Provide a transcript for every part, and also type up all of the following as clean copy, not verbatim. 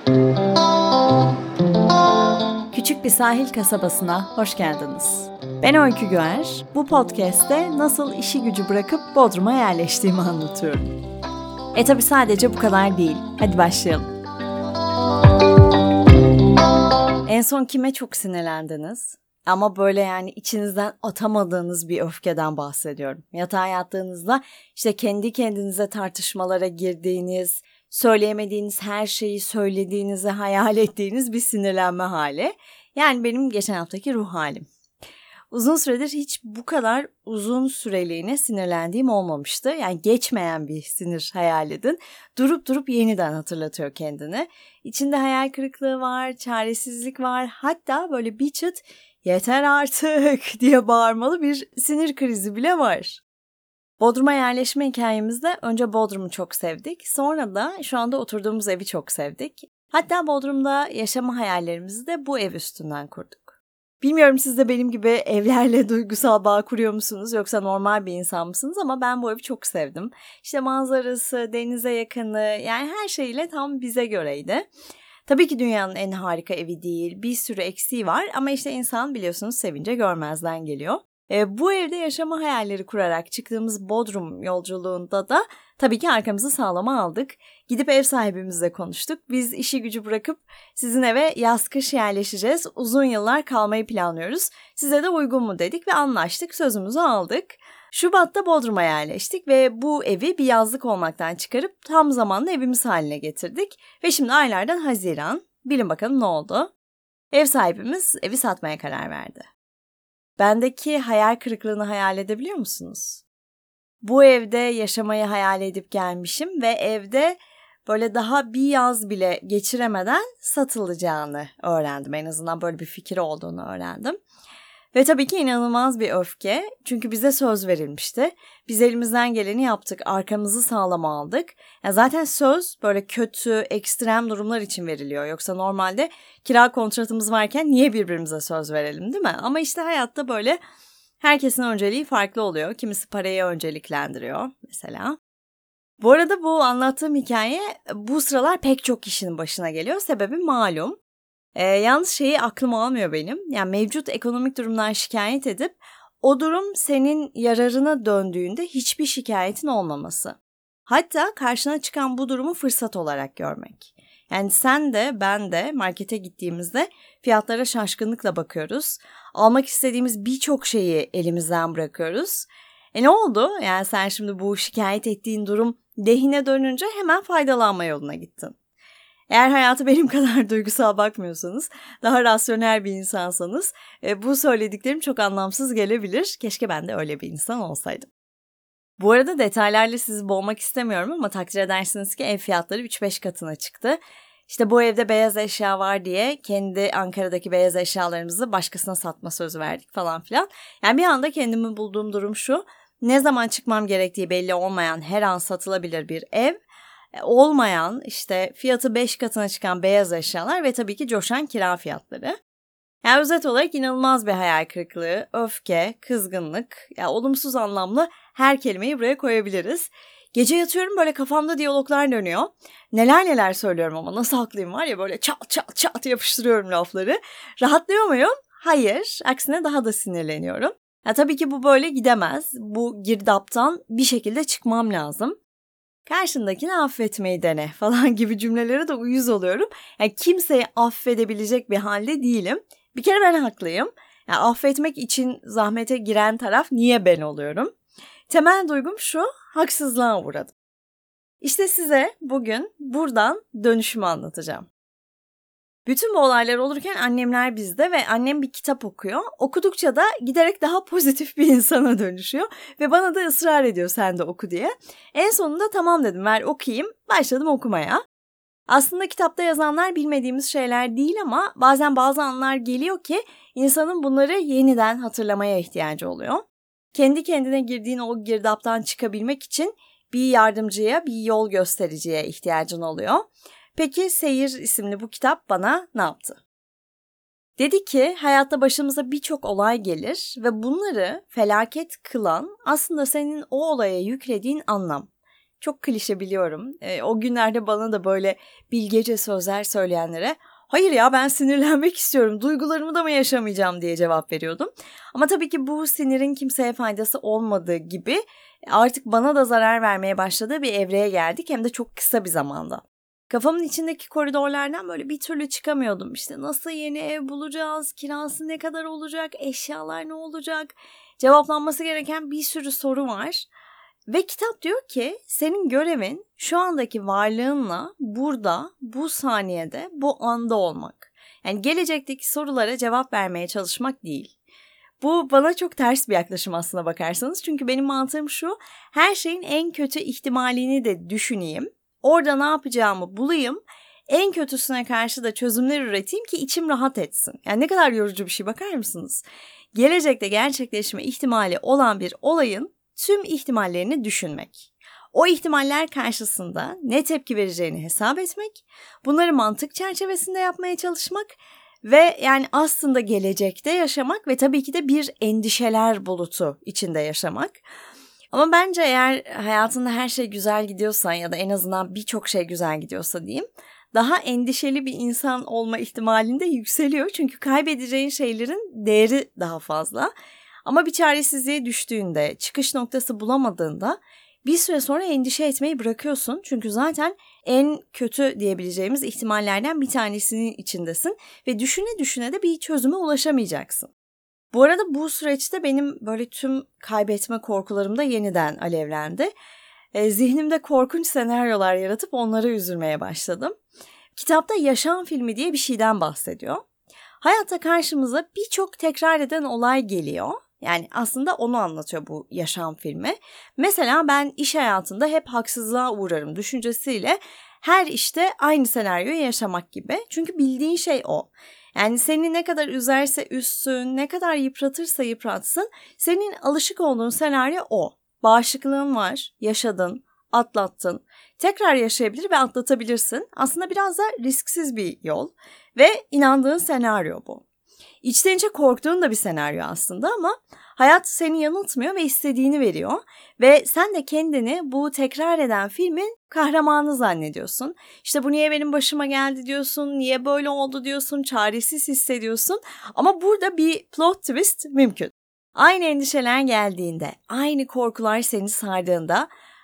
Küçük bir sahil kasabasına hoş geldiniz. Ben Öykü Güer. Bu podcast'te nasıl işi gücü bırakıp Bodrum'a yerleştiğimi anlatıyorum. Tabii sadece bu kadar değil. Hadi başlayalım. En son kime çok sinirlendiniz? Ama böyle yani içinizden atamadığınız bir öfkeden bahsediyorum. Yatağa yattığınızda işte kendi kendinize tartışmalara girdiğiniz, söyleyemediğiniz her şeyi söylediğinizi hayal ettiğiniz bir sinirlenme hali. Yani benim geçen haftaki ruh halim. Uzun süredir hiç bu kadar uzun süreliğine sinirlendiğim olmamıştı. Yani geçmeyen bir sinir hayal edin. Durup durup yeniden hatırlatıyor kendini. İçinde hayal kırıklığı var, çaresizlik var. Hatta böyle bir çıt yeter artık diye bağırmalı bir sinir krizi bile var. Bodrum'a yerleşme hikayemizde önce Bodrum'u çok sevdik. Sonra da şu anda oturduğumuz evi çok sevdik. Hatta Bodrum'da yaşama hayallerimizi de bu ev üstünden kurduk. Bilmiyorum siz de benim gibi evlerle duygusal bağ kuruyor musunuz yoksa normal bir insan mısınız ama ben bu evi çok sevdim. İşte manzarası, denize yakını yani her şeyle tam bize göreydi. Tabii ki dünyanın en harika evi değil, bir sürü eksiği var ama işte insan biliyorsunuz sevince görmezden geliyor. Bu evde yaşama hayalleri kurarak çıktığımız Bodrum yolculuğunda da tabii ki arkamızı sağlama aldık. Gidip ev sahibimizle konuştuk. Biz işi gücü bırakıp sizin eve yaz kış yerleşeceğiz. Uzun yıllar kalmayı planlıyoruz. Size de uygun mu dedik ve anlaştık, sözümüzü aldık. Şubat'ta Bodrum'a yerleştik ve bu evi bir yazlık olmaktan çıkarıp tam zamanlı evimiz haline getirdik. Ve şimdi aylardan Haziran. Bilin bakalım ne oldu? Ev sahibimiz evi satmaya karar verdi. Bendeki hayal kırıklığını hayal edebiliyor musunuz? Bu evde yaşamayı hayal edip gelmişim ve evde böyle daha bir yaz bile geçiremeden satılacağını öğrendim. En azından böyle bir fikir olduğunu öğrendim. Ve tabii ki inanılmaz bir öfke. Çünkü bize söz verilmişti. Biz elimizden geleni yaptık. Arkamızı sağlam aldık. Ya zaten söz böyle kötü, ekstrem durumlar için veriliyor. Yoksa normalde kira kontratımız varken niye birbirimize söz verelim, değil mi? Ama işte hayatta böyle herkesin önceliği farklı oluyor. Kimisi parayı önceliklendiriyor mesela. Bu arada bu anlattığım hikaye bu sıralar pek çok kişinin başına geliyor. Sebebi malum. Yalnız şeyi aklım almıyor benim. Yani mevcut ekonomik durumdan şikayet edip o durum senin yararına döndüğünde hiçbir şikayetin olmaması. Hatta karşına çıkan bu durumu fırsat olarak görmek. Yani sen de ben de markete gittiğimizde fiyatlara şaşkınlıkla bakıyoruz. Almak istediğimiz birçok şeyi elimizden bırakıyoruz. Ne oldu? Yani sen şimdi bu şikayet ettiğin durum lehine dönünce hemen faydalanma yoluna gittin. Eğer hayata benim kadar duygusal bakmıyorsanız, daha rasyonel bir insansanız bu söylediklerim çok anlamsız gelebilir. Keşke ben de öyle bir insan olsaydım. Bu arada detaylarla sizi boğmak istemiyorum ama takdir edersiniz ki ev fiyatları 3-5 katına çıktı. İşte bu evde beyaz eşya var diye kendi Ankara'daki beyaz eşyalarımızı başkasına satma sözü verdik falan filan. Yani bir anda kendimi bulduğum durum şu: ne zaman çıkmam gerektiği belli olmayan her an satılabilir bir ev, olmayan işte fiyatı 5 katına çıkan beyaz eşyalar ve tabii ki coşan kira fiyatları. Yani özet olarak inanılmaz bir hayal kırıklığı, öfke, kızgınlık, yani olumsuz anlamlı her kelimeyi buraya koyabiliriz. Gece yatıyorum böyle kafamda diyaloglar dönüyor. Neler neler söylüyorum ama nasıl haklıyım var ya, böyle çat çat çat yapıştırıyorum lafları. Rahatlıyor muyum? Hayır, aksine daha da sinirleniyorum. Ya tabii ki bu böyle gidemez. Bu girdaptan bir şekilde çıkmam lazım. Karşındakini affetmeyi dene falan gibi cümlelere de uyuz oluyorum. Yani kimseyi affedebilecek bir halde değilim. Bir kere ben haklıyım. Yani affetmek için zahmete giren taraf niye ben oluyorum? Temel duygum şu: haksızlığa uğradım. İşte size bugün buradan dönüşümü anlatacağım. Bütün bu olaylar olurken annemler bizde ve annem bir kitap okuyor. Okudukça da giderek daha pozitif bir insana dönüşüyor ve bana da ısrar ediyor sen de oku diye. En sonunda tamam dedim, ver okuyayım. Başladım okumaya. Aslında kitapta yazanlar bilmediğimiz şeyler değil ama bazen bazı anlar geliyor ki insanın bunları yeniden hatırlamaya ihtiyacı oluyor. Kendi kendine girdiğin o girdaptan çıkabilmek için bir yardımcıya, bir yol göstericiye ihtiyacın oluyor. Peki Seyir isimli bu kitap bana ne yaptı? Dedi ki hayatta başımıza birçok olay gelir ve bunları felaket kılan aslında senin o olaya yüklediğin anlam. Çok klişe biliyorum. O günlerde bana da böyle bilgece sözler söyleyenlere hayır ya ben sinirlenmek istiyorum, duygularımı da mı yaşamayacağım diye cevap veriyordum. Ama tabii ki bu sinirin kimseye faydası olmadığı gibi artık bana da zarar vermeye başladığı bir evreye geldik, hem de çok kısa bir zamanda. Kafamın içindeki koridorlardan böyle bir türlü çıkamıyordum. İşte nasıl yeni ev bulacağız, kirası ne kadar olacak, eşyalar ne olacak, cevaplanması gereken bir sürü soru var. Ve kitap diyor ki senin görevin şu andaki varlığınla burada, bu saniyede, bu anda olmak. Yani gelecekteki sorulara cevap vermeye çalışmak değil. Bu bana çok ters bir yaklaşım aslına bakarsanız. Çünkü benim mantığım şu: her şeyin en kötü ihtimalini de düşüneyim. Orada ne yapacağımı bulayım. En kötüsüne karşı da çözümler üreteyim ki içim rahat etsin. Yani ne kadar yorucu bir şey, bakar mısınız? Gelecekte gerçekleşme ihtimali olan bir olayın tüm ihtimallerini düşünmek. O ihtimaller karşısında ne tepki vereceğini hesap etmek, bunları mantık çerçevesinde yapmaya çalışmak ve yani aslında gelecekte yaşamak ve tabii ki de bir endişeler bulutu içinde yaşamak. Ama bence eğer hayatında her şey güzel gidiyorsa ya da en azından birçok şey güzel gidiyorsa diyeyim, daha endişeli bir insan olma ihtimalinde yükseliyor. Çünkü kaybedeceğin şeylerin değeri daha fazla. Ama bir çaresizliğe düştüğünde, çıkış noktası bulamadığında bir süre sonra endişe etmeyi bırakıyorsun. Çünkü zaten en kötü diyebileceğimiz ihtimallerden bir tanesinin içindesin ve düşüne düşüne de bir çözüme ulaşamayacaksın. Bu arada bu süreçte benim böyle tüm kaybetme korkularım da yeniden alevlendi. Zihnimde korkunç senaryolar yaratıp onlara üzülmeye başladım. Kitapta yaşam filmi diye bir şeyden bahsediyor. Hayatta karşımıza birçok tekrar eden olay geliyor. Yani aslında onu anlatıyor bu yaşam filmi. Mesela ben iş hayatında hep haksızlığa uğrarım düşüncesiyle her işte aynı senaryoyu yaşamak gibi. Çünkü bildiğin şey o. Yani seni ne kadar üzerse üzsün, ne kadar yıpratırsa yıpratsın, senin alışık olduğun senaryo o. Bağışıklığın var, yaşadın, atlattın. Tekrar yaşayabilir ve atlatabilirsin. Aslında biraz da risksiz bir yol ve inandığın senaryo bu. İçten içe korktuğun da bir senaryo aslında ama hayat seni yanıltmıyor ve istediğini veriyor. Ve sen de kendini bu tekrar eden filmin kahramanı zannediyorsun. İşte bu niye benim başıma geldi diyorsun, niye böyle oldu diyorsun, çaresiz hissediyorsun. Ama burada bir plot twist mümkün. Aynı endişeler geldiğinde, aynı korkular seni sardığında,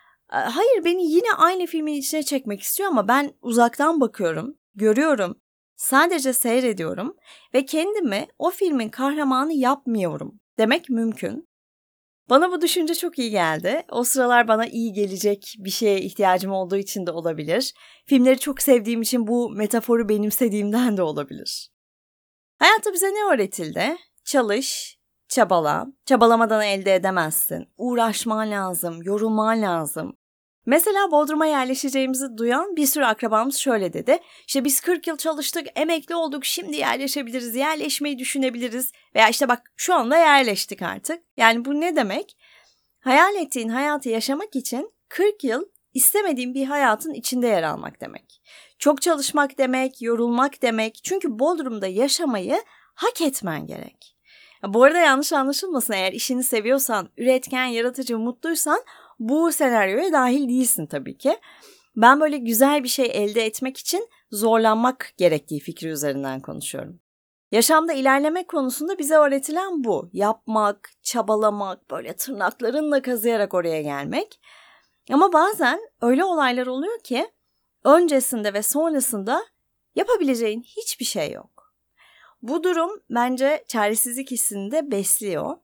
hayır beni yine aynı filmin içine çekmek istiyor ama ben uzaktan bakıyorum, görüyorum. Sadece seyrediyorum ve kendimi o filmin kahramanı yapmıyorum demek mümkün. Bana bu düşünce çok iyi geldi. O sıralar bana iyi gelecek bir şeye ihtiyacım olduğu için de olabilir. Filmleri çok sevdiğim için bu metaforu benimsediğimden de olabilir. Hayatta bize ne öğretildi? Çalış, çabala. Çabalamadan elde edemezsin. Uğraşman lazım, yorulman lazım. Mesela Bodrum'a yerleşeceğimizi duyan bir sürü akrabamız şöyle dedi. İşte biz 40 yıl çalıştık, emekli olduk, şimdi yerleşebiliriz, yerleşmeyi düşünebiliriz. Veya işte bak şu anda yerleştik artık. Yani bu ne demek? Hayal ettiğin hayatı yaşamak için 40 yıl istemediğin bir hayatın içinde yer almak demek. Çok çalışmak demek, yorulmak demek. Çünkü Bodrum'da yaşamayı hak etmen gerek. Bu arada yanlış anlaşılmasın, eğer işini seviyorsan, üretken, yaratıcı, mutluysan bu senaryoya dahil değilsin tabii ki. Ben böyle güzel bir şey elde etmek için zorlanmak gerektiği fikri üzerinden konuşuyorum. Yaşamda ilerlemek konusunda bize öğretilen bu. Yapmak, çabalamak, böyle tırnaklarınla kazıyarak oraya gelmek. Ama bazen öyle olaylar oluyor ki öncesinde ve sonrasında yapabileceğin hiçbir şey yok. Bu durum bence çaresizlik hissini de besliyor.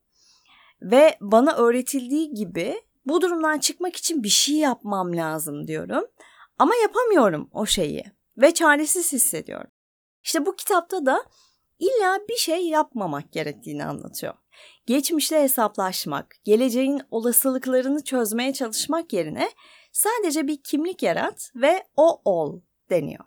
Ve bana öğretildiği gibi bu durumdan çıkmak için bir şey yapmam lazım diyorum. Ama yapamıyorum o şeyi ve çaresiz hissediyorum. İşte bu kitapta da illa bir şey yapmamak gerektiğini anlatıyor. Geçmişle hesaplaşmak, geleceğin olasılıklarını çözmeye çalışmak yerine sadece bir kimlik yarat ve o ol deniyor.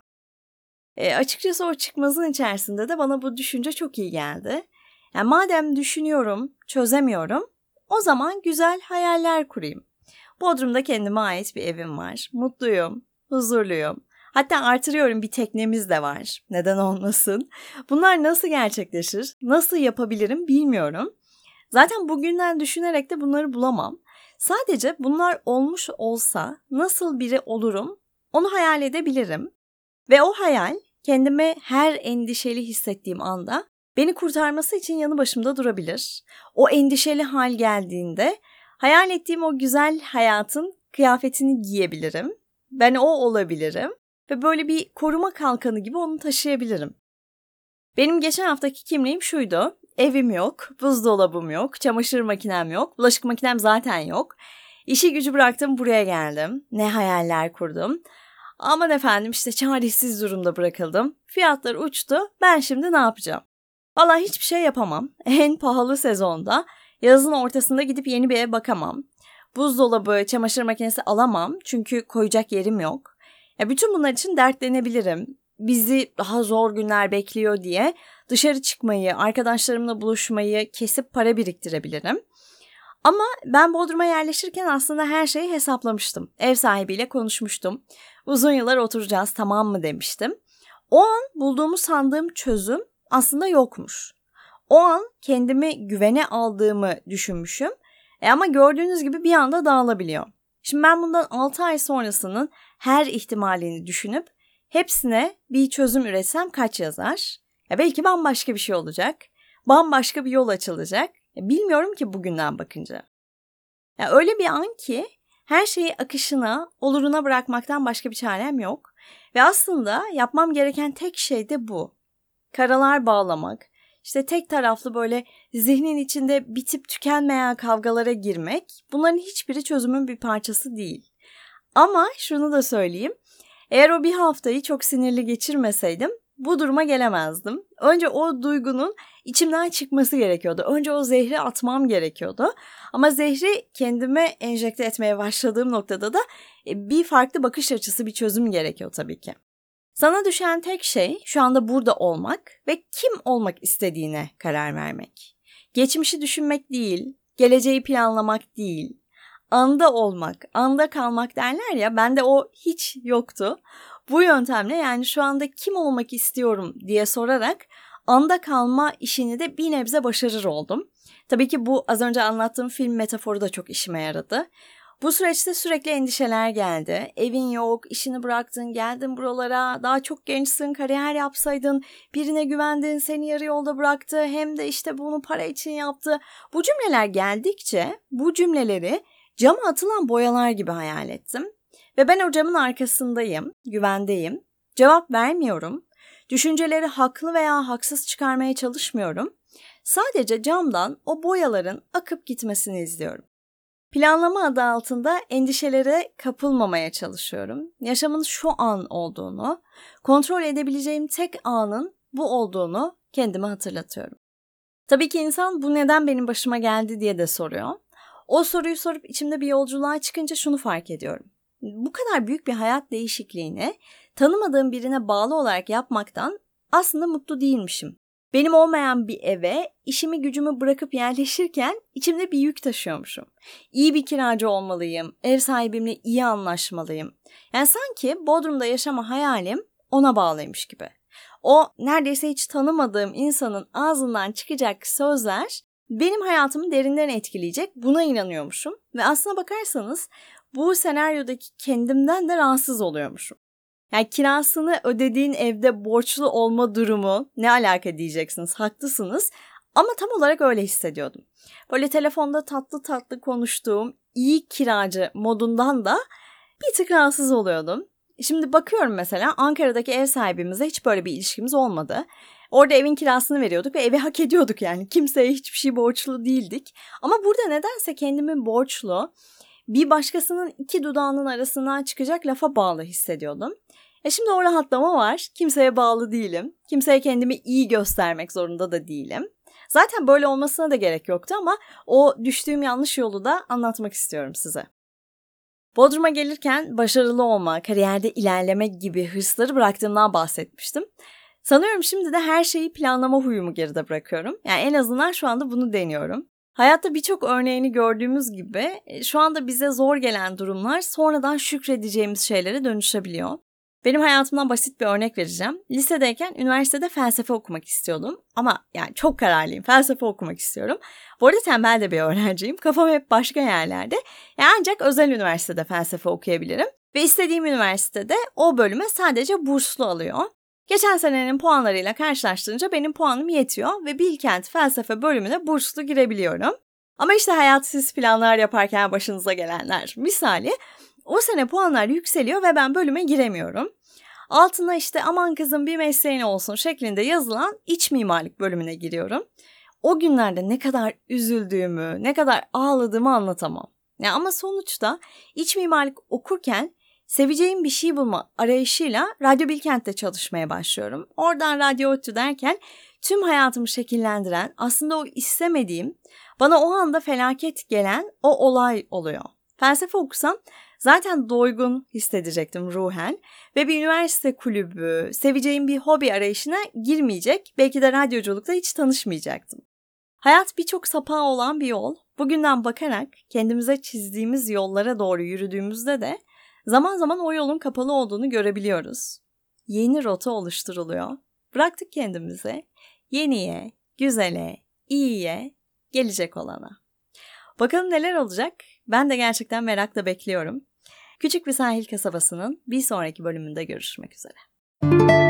Açıkçası o çıkmazın içerisinde de bana bu düşünce çok iyi geldi. Yani madem düşünüyorum, çözemiyorum, o zaman güzel hayaller kurayım. Bodrum'da kendime ait bir evim var. Mutluyum, huzurluyum. Hatta artırıyorum, bir teknemiz de var. Neden olmasın? Bunlar nasıl gerçekleşir, nasıl yapabilirim bilmiyorum. Zaten bugünden düşünerek de bunları bulamam. Sadece bunlar olmuş olsa nasıl biri olurum onu hayal edebilirim. Ve o hayal kendimi her endişeli hissettiğim anda beni kurtarması için yanı başımda durabilir. O endişeli hal geldiğinde hayal ettiğim o güzel hayatın kıyafetini giyebilirim. Ben o olabilirim ve böyle bir koruma kalkanı gibi onu taşıyabilirim. Benim geçen haftaki kimliğim şuydu. Evim yok, buzdolabım yok, çamaşır makinem yok, bulaşık makinem zaten yok. İşi gücü bıraktım, buraya geldim. Ne hayaller kurdum. Aman efendim işte çaresiz durumda bırakıldım. Fiyatlar uçtu. Ben şimdi ne yapacağım? Vallahi hiçbir şey yapamam. En pahalı sezonda yazın ortasında gidip yeni bir ev bakamam. Buzdolabı, çamaşır makinesi alamam çünkü koyacak yerim yok. Bütün bunlar için dertlenebilirim. Bizi daha zor günler bekliyor diye dışarı çıkmayı, arkadaşlarımla buluşmayı kesip para biriktirebilirim. Ama ben Bodrum'a yerleşirken aslında her şeyi hesaplamıştım. Ev sahibiyle konuşmuştum. Uzun yıllar oturacağız, tamam mı demiştim. O an bulduğumu sandığım çözüm aslında yokmuş. O an kendimi güvene aldığımı düşünmüşüm. Ama gördüğünüz gibi bir anda dağılabiliyor. Şimdi ben bundan 6 ay sonrasının her ihtimalini düşünüp hepsine bir çözüm üretsem kaç yazar? Belki bambaşka bir şey olacak. Bambaşka bir yol açılacak. Bilmiyorum ki bugünden bakınca. Öyle bir an ki her şeyi akışına, oluruna bırakmaktan başka bir çarem yok. Ve aslında yapmam gereken tek şey de bu. Karalar bağlamak, işte tek taraflı böyle zihnin içinde bitip tükenmeyen kavgalara girmek, bunların hiçbiri çözümün bir parçası değil. Ama şunu da söyleyeyim, eğer o bir haftayı çok sinirli geçirmeseydim bu duruma gelemezdim. Önce o duygunun içimden çıkması gerekiyordu. Önce o zehri atmam gerekiyordu. Ama zehri kendime enjekte etmeye başladığım noktada da bir farklı bakış açısı, bir çözüm gerekiyor tabii ki. Sana düşen tek şey şu anda burada olmak ve kim olmak istediğine karar vermek. Geçmişi düşünmek değil, geleceği planlamak değil. Anda olmak, anda kalmak derler ya, bende o hiç yoktu. Bu yöntemle yani şu anda kim olmak istiyorum diye sorarak anda kalma işini de bir nebze başarır oldum. Tabii ki bu az önce anlattığım film metaforu da çok işime yaradı. Bu süreçte sürekli endişeler geldi. Evin yok, işini bıraktın, geldin buralara, daha çok gençsin, kariyer yapsaydın, birine güvendin, seni yarı yolda bıraktı, hem de işte bunu para için yaptı. Bu cümleler geldikçe bu cümleleri cama atılan boyalar gibi hayal ettim. Ve ben o camın arkasındayım, güvendeyim, cevap vermiyorum, düşünceleri haklı veya haksız çıkarmaya çalışmıyorum. Sadece camdan o boyaların akıp gitmesini izliyorum. Planlama adı altında endişelere kapılmamaya çalışıyorum. Yaşamın şu an olduğunu, kontrol edebileceğim tek anın bu olduğunu kendime hatırlatıyorum. Tabii ki insan bu neden benim başıma geldi diye de soruyor. O soruyu sorup içimde bir yolculuğa çıkınca şunu fark ediyorum. Bu kadar büyük bir hayat değişikliğini tanımadığım birine bağlı olarak yapmaktan aslında mutlu değilmişim. Benim olmayan bir eve işimi gücümü bırakıp yerleşirken içimde bir yük taşıyormuşum. İyi bir kiracı olmalıyım, ev sahibimle iyi anlaşmalıyım. Yani sanki Bodrum'da yaşama hayalim ona bağlıymış gibi. O neredeyse hiç tanımadığım insanın ağzından çıkacak sözler benim hayatımı derinden etkileyecek, buna inanıyormuşum. Ve aslına bakarsanız bu senaryodaki kendimden de rahatsız oluyormuşum. Yani kirasını ödediğin evde borçlu olma durumu ne alaka diyeceksiniz, haklısınız. Ama tam olarak öyle hissediyordum. Böyle telefonda tatlı tatlı konuştuğum iyi kiracı modundan da bir tık rahatsız oluyordum. Şimdi bakıyorum mesela Ankara'daki ev sahibimizle hiç böyle bir ilişkimiz olmadı. Orada evin kirasını veriyorduk ve evi hak ediyorduk yani. Kimseye hiçbir şey borçlu değildik. Ama burada nedense kendimi borçlu, bir başkasının iki dudağının arasından çıkacak lafa bağlı hissediyordum. Şimdi o rahatlama var. Kimseye bağlı değilim. Kimseye kendimi iyi göstermek zorunda da değilim. Zaten böyle olmasına da gerek yoktu ama o düştüğüm yanlış yolu da anlatmak istiyorum size. Bodrum'a gelirken başarılı olma, kariyerde ilerleme gibi hırsları bıraktığımdan bahsetmiştim. Sanıyorum şimdi de her şeyi planlama huyumu geride bırakıyorum. Yani en azından şu anda bunu deniyorum. Hayatta birçok örneğini gördüğümüz gibi şu anda bize zor gelen durumlar sonradan şükredeceğimiz şeylere dönüşebiliyor. Benim hayatımdan basit bir örnek vereceğim. Lisedeyken üniversitede felsefe okumak istiyordum. Ama yani çok kararlıyım. Felsefe okumak istiyorum. Bu arada tembel de bir öğrenciyim. Kafam hep başka yerlerde. Yani ancak özel üniversitede felsefe okuyabilirim. Ve istediğim üniversitede o bölüme sadece burslu alıyor. Geçen senenin puanlarıyla karşılaştırınca benim puanım yetiyor ve Bilkent Felsefe bölümüne burslu girebiliyorum. Ama işte hayatsız planlar yaparken başınıza gelenler. Misali o sene puanlar yükseliyor ve ben bölüme giremiyorum. Altına işte aman kızım bir mesleğin olsun şeklinde yazılan iç mimarlık bölümüne giriyorum. O günlerde ne kadar üzüldüğümü, ne kadar ağladığımı anlatamam. Ya ama sonuçta iç mimarlık okurken seveceğim bir şey bulma arayışıyla Radyo Bilkent'te çalışmaya başlıyorum. Oradan Radyo ODTÜ derken tüm hayatımı şekillendiren, aslında o istemediğim, bana o anda felaket gelen o olay oluyor. Felsefe okusam zaten doygun hissedecektim ruhen ve bir üniversite kulübü, seveceğim bir hobi arayışına girmeyecek, belki de radyoculukla hiç tanışmayacaktım. Hayat birçok sapağı olan bir yol. Bugünden bakarak kendimize çizdiğimiz yollara doğru yürüdüğümüzde de zaman zaman o yolun kapalı olduğunu görebiliyoruz. Yeni rota oluşturuluyor. Bıraktık kendimize yeniye, güzele, iyiye, gelecek olana. Bakalım neler olacak? Ben de gerçekten merakla bekliyorum. Küçük bir sahil kasabasının bir sonraki bölümünde görüşmek üzere.